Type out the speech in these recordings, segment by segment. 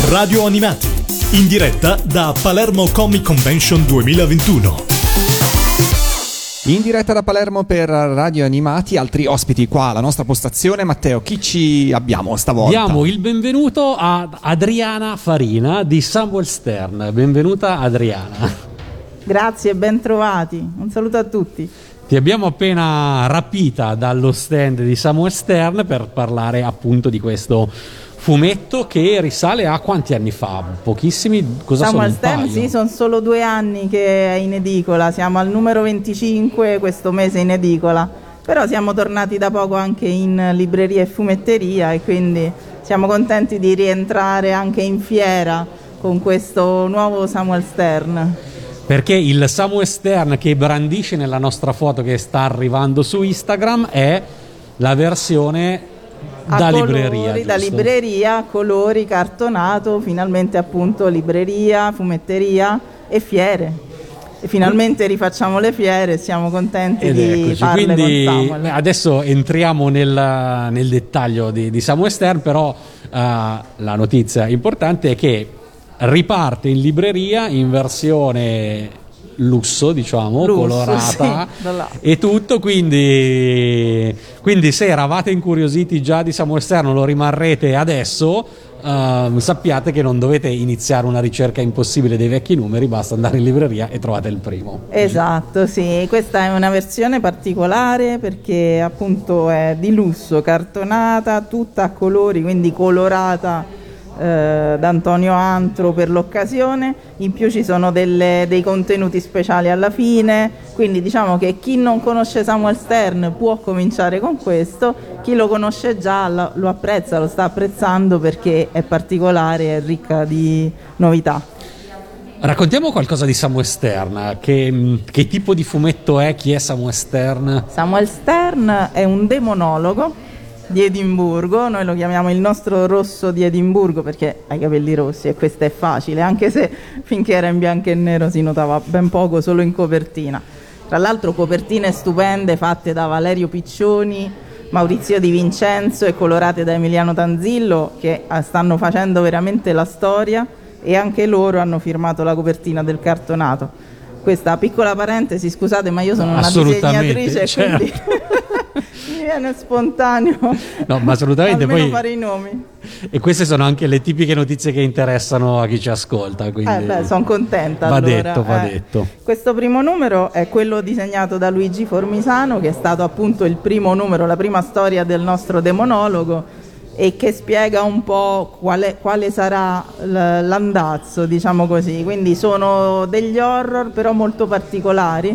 Radio Animati, in diretta da Palermo Comic Convention 2021. In diretta da Palermo per Radio Animati, altri ospiti qua alla nostra postazione. Matteo, chi ci abbiamo stavolta? Diamo il benvenuto ad Adriana Farina di Samuel Stern. Benvenuta Adriana. Grazie, ben trovati. Un saluto a tutti. Ti abbiamo appena rapita dallo stand di Samuel Stern per parlare appunto di questo fumetto che risale a quanti anni fa? Pochissimi? Cosa Samuel sono? Stern, sì, sono solo 2 anni che è in edicola, siamo al numero 25 questo mese in edicola, però siamo tornati da poco anche in libreria e fumetteria e quindi siamo contenti di rientrare anche in fiera con questo nuovo Samuel Stern. Perché il Samuel Stern che brandisce nella nostra foto che sta arrivando su Instagram è la versione da libreria, da libreria, colori, cartonato, finalmente appunto libreria, fumetteria e fiere. E finalmente rifacciamo le fiere, siamo contenti di farle quindi con Samuel. Adesso entriamo nel dettaglio di Samuel Stern, però la notizia importante è che riparte in libreria in versione lusso, diciamo, colorata, sì, e tutto, quindi se eravate incuriositi già di Samuel Stern, lo rimarrete adesso. Sappiate che non dovete iniziare una ricerca impossibile dei vecchi numeri, basta andare in libreria e trovate il primo. Esatto, sì, questa è una versione particolare perché appunto è di lusso, cartonata, tutta a colori, quindi colorata da Antonio Antro per l'occasione. In più ci sono dei contenuti speciali alla fine, quindi diciamo che chi non conosce Samuel Stern può cominciare con questo, chi lo conosce già lo apprezza, lo sta apprezzando perché è particolare, è ricca di novità. Raccontiamo qualcosa di Samuel Stern, che tipo di fumetto è, chi è Samuel Stern? Samuel Stern è un demonologo di Edimburgo, noi lo chiamiamo il nostro rosso di Edimburgo perché ha i capelli rossi e questo è facile, anche se finché era in bianco e nero si notava ben poco solo in copertina. Tra l'altro copertine stupende fatte da Valerio Piccioni, Maurizio Di Vincenzo e colorate da Emiliano Tanzillo, che stanno facendo veramente la storia e anche loro hanno firmato la copertina del cartonato. Questa piccola parentesi, scusate, ma io sono una disegnatrice, certo. Quindi mi viene spontaneo. No, ma assolutamente. Almeno poi fare i nomi. E queste sono anche le tipiche notizie che interessano a chi ci ascolta, quindi Sono contenta. Va detto. Questo primo numero è quello disegnato da Luigi Formisano, che è stato appunto il primo numero, la prima storia del nostro demonologo, e che spiega un po' quale sarà l'andazzo, diciamo così. Quindi sono degli horror però molto particolari,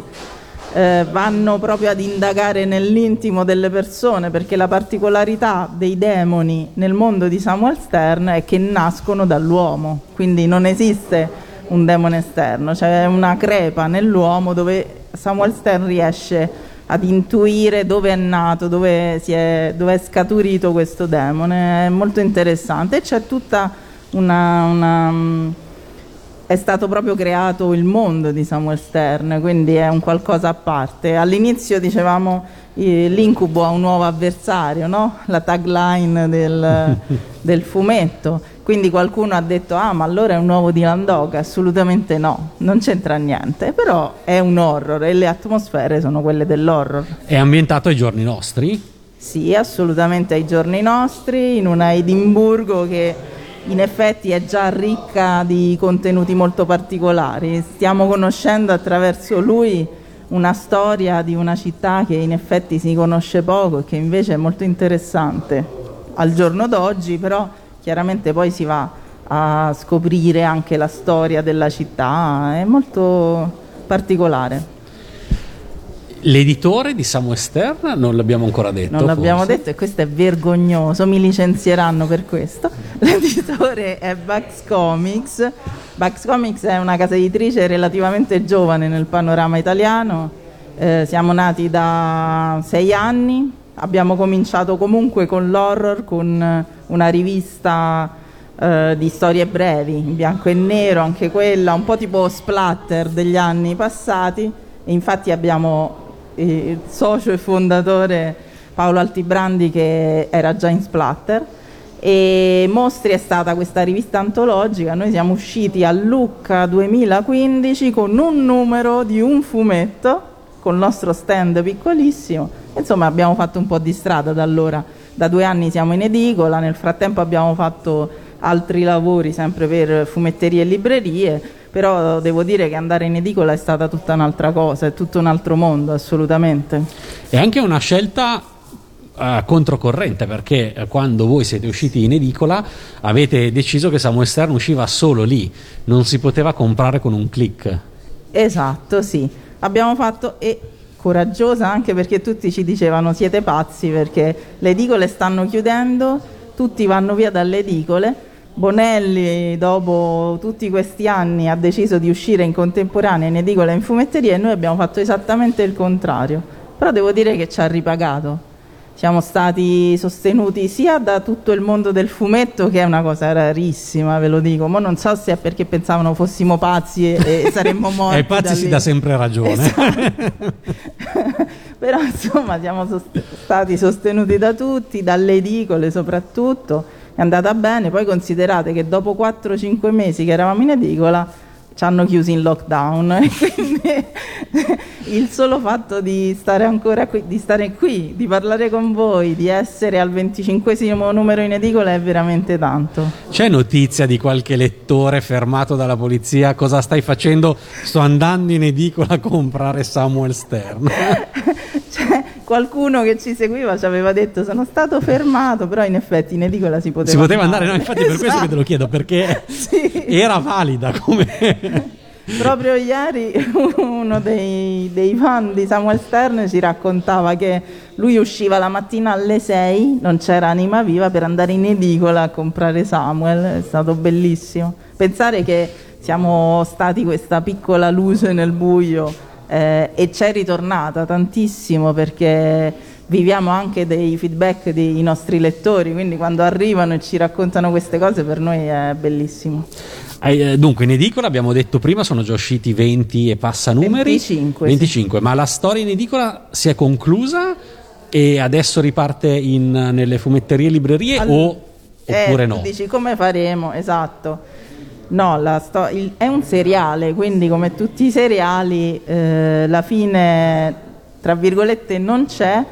vanno proprio ad indagare nell'intimo delle persone, perché la particolarità dei demoni nel mondo di Samuel Stern è che nascono dall'uomo, quindi non esiste un demone esterno, c'è una crepa nell'uomo dove Samuel Stern riesce ad intuire dove è nato, dove è scaturito questo demone. È molto interessante e c'è tutta è stato proprio creato il mondo di Samuel Stern, quindi è un qualcosa a parte. All'inizio dicevamo l'incubo ha un nuovo avversario, no? La tagline del fumetto. Quindi qualcuno ha detto ma allora è un nuovo Dylan Dog. Assolutamente no, non c'entra niente, però è un horror e le atmosfere sono quelle dell'horror. È ambientato ai giorni nostri? Sì, assolutamente ai giorni nostri, in una Edimburgo che in effetti è già ricca di contenuti molto particolari. Stiamo conoscendo attraverso lui una storia di una città che in effetti si conosce poco e che invece è molto interessante al giorno d'oggi, però chiaramente poi si va a scoprire anche la storia della città, è molto particolare. L'editore di Samuel Stern non l'abbiamo ancora detto. Non l'abbiamo detto e questo è vergognoso, mi licenzieranno per questo. L'editore è Bugs Comics. Bugs Comics è una casa editrice relativamente giovane nel panorama italiano, siamo nati da 6 anni, abbiamo cominciato comunque con l'horror, con una rivista di storie brevi, in bianco e nero, anche quella, un po' tipo Splatter degli anni passati, e infatti abbiamo il socio e fondatore Paolo Altibrandi che era già in Splatter, E Mostri è stata questa rivista antologica. Noi siamo usciti a Lucca 2015 con un numero di un fumetto, col nostro stand piccolissimo. Insomma, abbiamo fatto un po' di strada da allora. Da 2 anni siamo in edicola, nel frattempo abbiamo fatto altri lavori sempre per fumetterie e librerie, però devo dire che andare in edicola è stata tutta un'altra cosa, è tutto un altro mondo, assolutamente. È anche una scelta controcorrente, perché quando voi siete usciti in edicola avete deciso che Samuel Stern usciva solo lì, non si poteva comprare con un click. Esatto, sì. Abbiamo fatto, e coraggiosa anche perché tutti ci dicevano siete pazzi perché le edicole stanno chiudendo, tutti vanno via dalle edicole. Bonelli dopo tutti questi anni ha deciso di uscire in contemporanea in edicola e in fumetteria, e noi abbiamo fatto esattamente il contrario, però devo dire che ci ha ripagato. Siamo stati sostenuti sia da tutto il mondo del fumetto, che è una cosa rarissima, ve lo dico, ma non so se è perché pensavano fossimo pazzi e saremmo morti. Ai pazzi si dà sempre ragione. Esatto. Però insomma siamo stati sostenuti da tutti, dalle edicole soprattutto, è andata bene. Poi considerate che dopo 4-5 mesi che eravamo in edicola ci hanno chiusi in lockdown, e quindi il solo fatto di stare ancora qui, di stare qui, di parlare con voi, di essere al 25esimo numero in edicola è veramente tanto. C'è notizia di qualche lettore fermato dalla polizia? Cosa stai facendo? Sto andando in edicola a comprare Samuel Stern. C'è qualcuno che ci seguiva ci aveva detto sono stato fermato, però in effetti in edicola si poteva andare. No, infatti per questo che te lo chiedo, perché sì, era valida come... Proprio ieri uno dei fan di Samuel Stern ci raccontava che lui usciva la mattina alle 6, non c'era anima viva, per andare in edicola a comprare Samuel. È stato bellissimo pensare che siamo stati questa piccola luce nel buio, e c'è ritornata tantissimo, perché viviamo anche dei feedback dei nostri lettori, quindi quando arrivano e ci raccontano queste cose per noi è bellissimo. Dunque in edicola abbiamo detto prima sono già usciti 20 e passa numeri, 25, sì. Ma la storia in edicola si è conclusa e adesso riparte nelle fumetterie e librerie oppure no? Dici come faremo? Esatto. No, è un seriale, quindi come tutti i seriali la fine tra virgolette non c'è,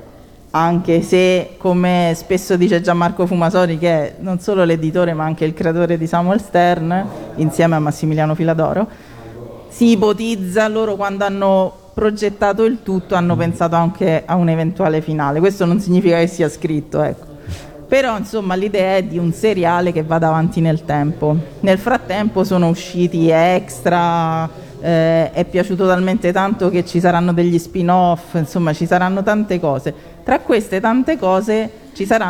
anche se, come spesso dice Gianmarco Fumasori, che è non solo l'editore ma anche il creatore di Samuel Stern insieme a Massimiliano Filadoro, si ipotizza, loro quando hanno progettato il tutto hanno pensato anche a un eventuale finale. Questo non significa che sia scritto, ecco. Però insomma l'idea è di un seriale che vada avanti nel tempo. Nel frattempo sono usciti extra, è piaciuto talmente tanto che ci saranno degli spin-off, insomma ci saranno tante cose. Tra queste tante cose ci sarà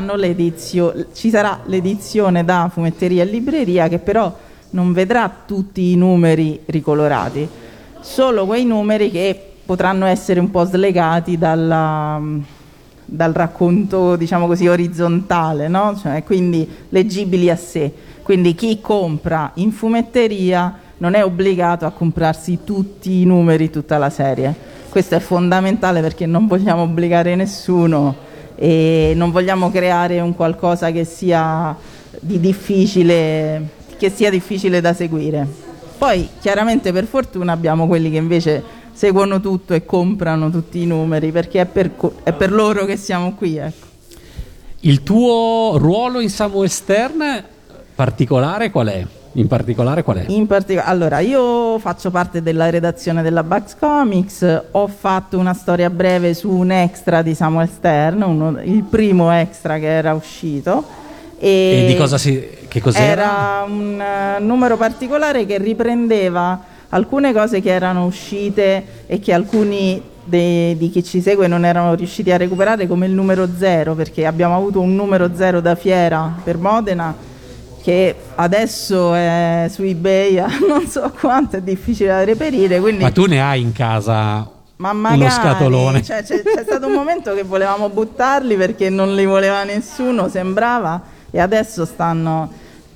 l'edizione da fumetteria e libreria, che però non vedrà tutti i numeri ricolorati, solo quei numeri che potranno essere un po' slegati dal racconto, diciamo così, orizzontale, no? Cioè, quindi leggibili a sé. Quindi chi compra in fumetteria non è obbligato a comprarsi tutti i numeri, tutta la serie. Questo è fondamentale perché non vogliamo obbligare nessuno e non vogliamo creare un qualcosa che sia difficile da seguire. Poi chiaramente per fortuna abbiamo quelli che invece seguono tutto e comprano tutti i numeri, perché è per loro che siamo qui, ecco. Il tuo ruolo in Samuel Stern particolare qual è? In particolare qual è? Allora, io faccio parte della redazione della Bugs Comics, ho fatto una storia breve su un extra di Samuel Stern, il primo extra che era uscito. E di che cos'era? Era un numero particolare che riprendeva alcune cose che erano uscite e che alcuni di chi ci segue non erano riusciti a recuperare, come il numero 0, perché abbiamo avuto un numero 0 da fiera per Modena che adesso è su eBay non so quanto, è difficile da reperire, quindi... Ma tu ne hai in casa uno scatolone? C'è stato un momento che volevamo buttarli perché non li voleva nessuno, sembrava, e adesso stanno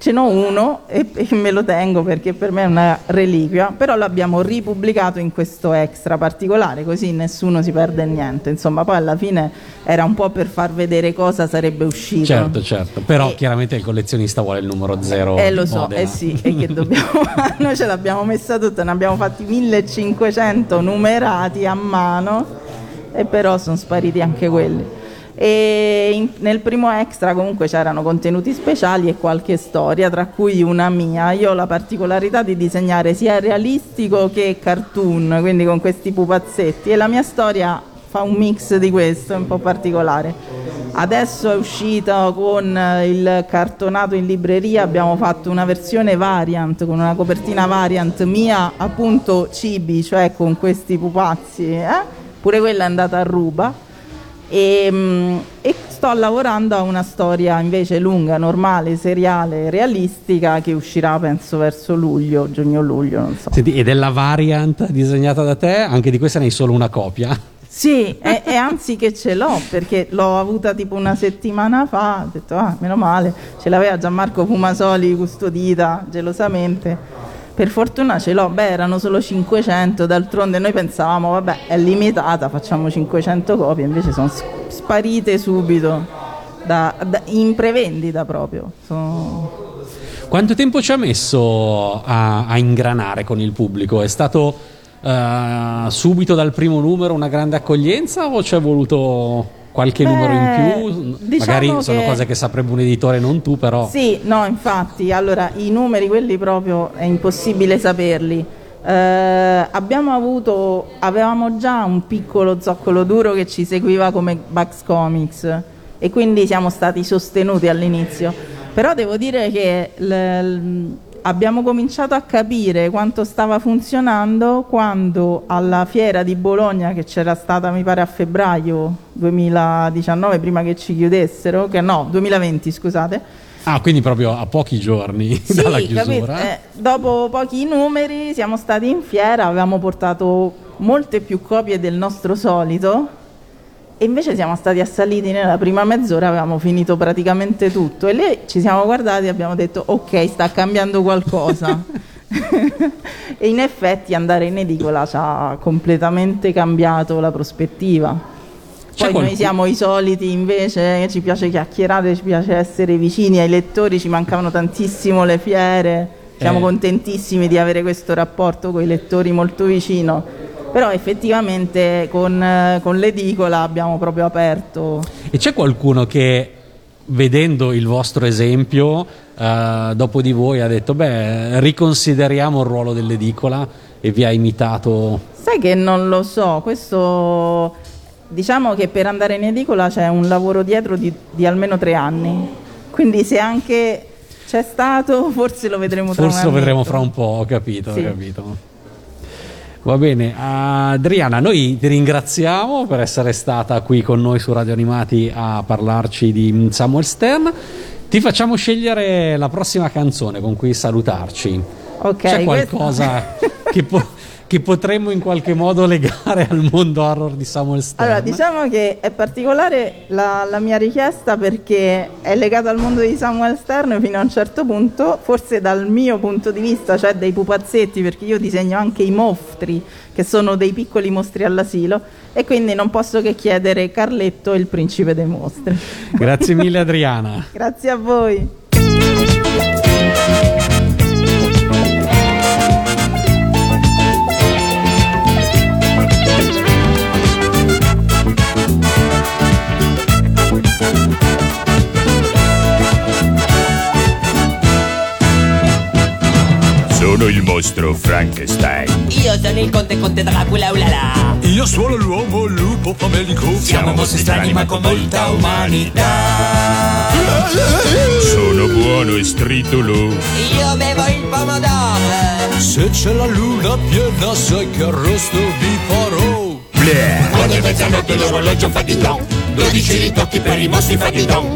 Ce n'ho uno e me lo tengo perché per me è una reliquia, però l'abbiamo ripubblicato in questo extra particolare, così nessuno si perde niente. Insomma, poi alla fine era un po' per far vedere cosa sarebbe uscito. Certo, però chiaramente il collezionista vuole il numero 0. Lo so, sì, e che dobbiamo noi ce l'abbiamo messa tutta, ne abbiamo fatti 1500 numerati a mano, e però sono spariti anche quelli. E nel primo extra comunque c'erano contenuti speciali e qualche storia, tra cui una mia. Io ho la particolarità di disegnare sia realistico che cartoon, quindi con questi pupazzetti, e la mia storia fa un mix di questo, un po' particolare. Adesso è uscita con il cartonato in libreria, abbiamo fatto una versione variant con una copertina variant mia, appunto cibi, cioè con questi pupazzi, pure quella è andata a ruba. E sto lavorando a una storia invece lunga, normale, seriale, realistica, che uscirà penso verso luglio, giugno-luglio, non so. Senti, e della variant disegnata da te, anche di questa ne hai solo una copia? Sì, e anzi che ce l'ho, perché l'ho avuta tipo una settimana fa, ho detto meno male, ce l'aveva Gianmarco Fumasoli custodita gelosamente. Per fortuna ce l'ho, erano solo 500, d'altronde noi pensavamo, vabbè, è limitata, facciamo 500 copie, invece sono sparite subito, in prevendita proprio. Quanto tempo ci ha messo a ingranare con il pubblico? È stato subito dal primo numero una grande accoglienza o ci è voluto qualche numero in più? Diciamo magari sono cose che saprebbe un editore, non tu, però. Sì, no, infatti, allora i numeri quelli proprio è impossibile saperli. Avevamo già un piccolo zoccolo duro che ci seguiva come Bugs Comics, e quindi siamo stati sostenuti all'inizio, però devo dire che abbiamo cominciato a capire quanto stava funzionando quando alla fiera di Bologna, che c'era stata mi pare a febbraio 2019, prima che ci chiudessero, 2020 scusate. Quindi proprio a pochi giorni dalla chiusura. Dopo pochi numeri siamo stati in fiera, avevamo portato molte più copie del nostro solito, e invece siamo stati assaliti nella prima mezz'ora, avevamo finito praticamente tutto, e lì ci siamo guardati e abbiamo detto ok, sta cambiando qualcosa. E in effetti andare in edicola ci ha completamente cambiato la prospettiva. Poi noi siamo i soliti invece, ci piace chiacchierare, ci piace essere vicini ai lettori, ci mancavano tantissimo le fiere, siamo contentissimi di avere questo rapporto con i lettori molto vicino, però effettivamente con l'edicola abbiamo proprio aperto. E c'è qualcuno che, vedendo il vostro esempio, dopo di voi ha detto riconsideriamo il ruolo dell'edicola, e vi ha imitato? Sai che non lo so, questo... Diciamo che per andare in edicola c'è un lavoro dietro di almeno 3 anni, quindi se anche c'è stato, forse lo vedremo tra un anno. Forse lo vedremo fra un po', ho capito. Va bene, Adriana, noi ti ringraziamo per essere stata qui con noi su Radio Animati a parlarci di Samuel Stern. Ti facciamo scegliere la prossima canzone con cui salutarci. C'è qualcosa che potremmo in qualche modo legare al mondo horror di Samuel Stern? Allora, diciamo che è particolare la mia richiesta, perché è legata al mondo di Samuel Stern fino a un certo punto, forse dal mio punto di vista, cioè dei pupazzetti, perché io disegno anche i mostri, che sono dei piccoli mostri all'asilo, e quindi non posso che chiedere Carletto e il principe dei mostri. Grazie mille Adriana. Grazie a voi. Sono il mostro Frankenstein. Io sono il conte Dracula, ulala. Io sono l'uomo lupo famelico. Siamo mostri strani ma con molta umanità. Sono buono e stritolo. Io bevo il pomodoro. Se c'è la luna piena sai che arrosto vi farò. Bleh. Quando è mezzanotte l'orologio fa di don. 12 ritocchi per i mostri fa di don.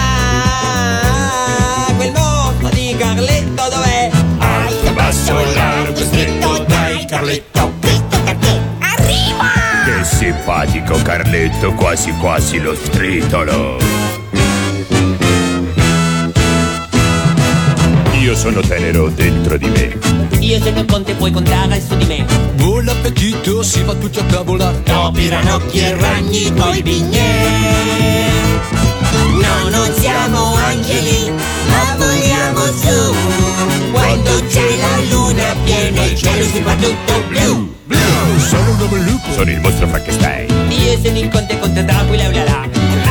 Quel mostro di Carletto dov'è? Basso largo stretto, dai Carletto. Questo perché arriva! Che simpatico Carletto, quasi quasi lo stritolo. Io sono tenero dentro di me. Io sono il conte, puoi contare su di me. Buon appetito, si va tutti a tavola. Topi, ranocchi e ragni, poi bignè. No, non siamo angeli, ma voliamo su. Quando c'è la luna piena il cielo si fa tutto blu. Sono un uomo lupo. Sono il mostro Frankenstein. Io sono il conte Dracula, ulala.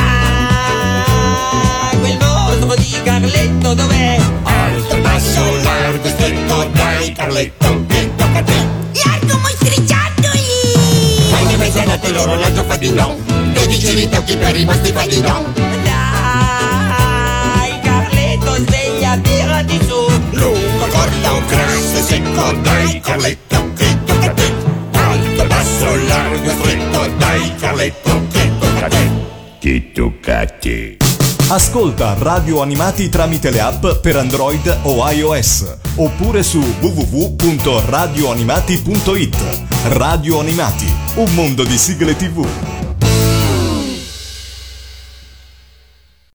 Ah, quel mostro di Carletto dov'è? Alto, basso, largo, stretto, dai Carletto, che tocca a te. Largo mostriciattoli! Ogni mezzanotte l'orologio fa di no. 12 ritocchi per i mostri fa di no. Dai Carletto, sveglia, tirati su. Lungo, corto, grasso e secco, dai Carletto, che tocca a te. Alto, basso, largo, stretto, dai Carletto, che tocca a te. Che tocca a te. Ascolta Radio Animati tramite le app per Android o iOS oppure su www.radioanimati.it. Radio Animati, un mondo di sigle TV.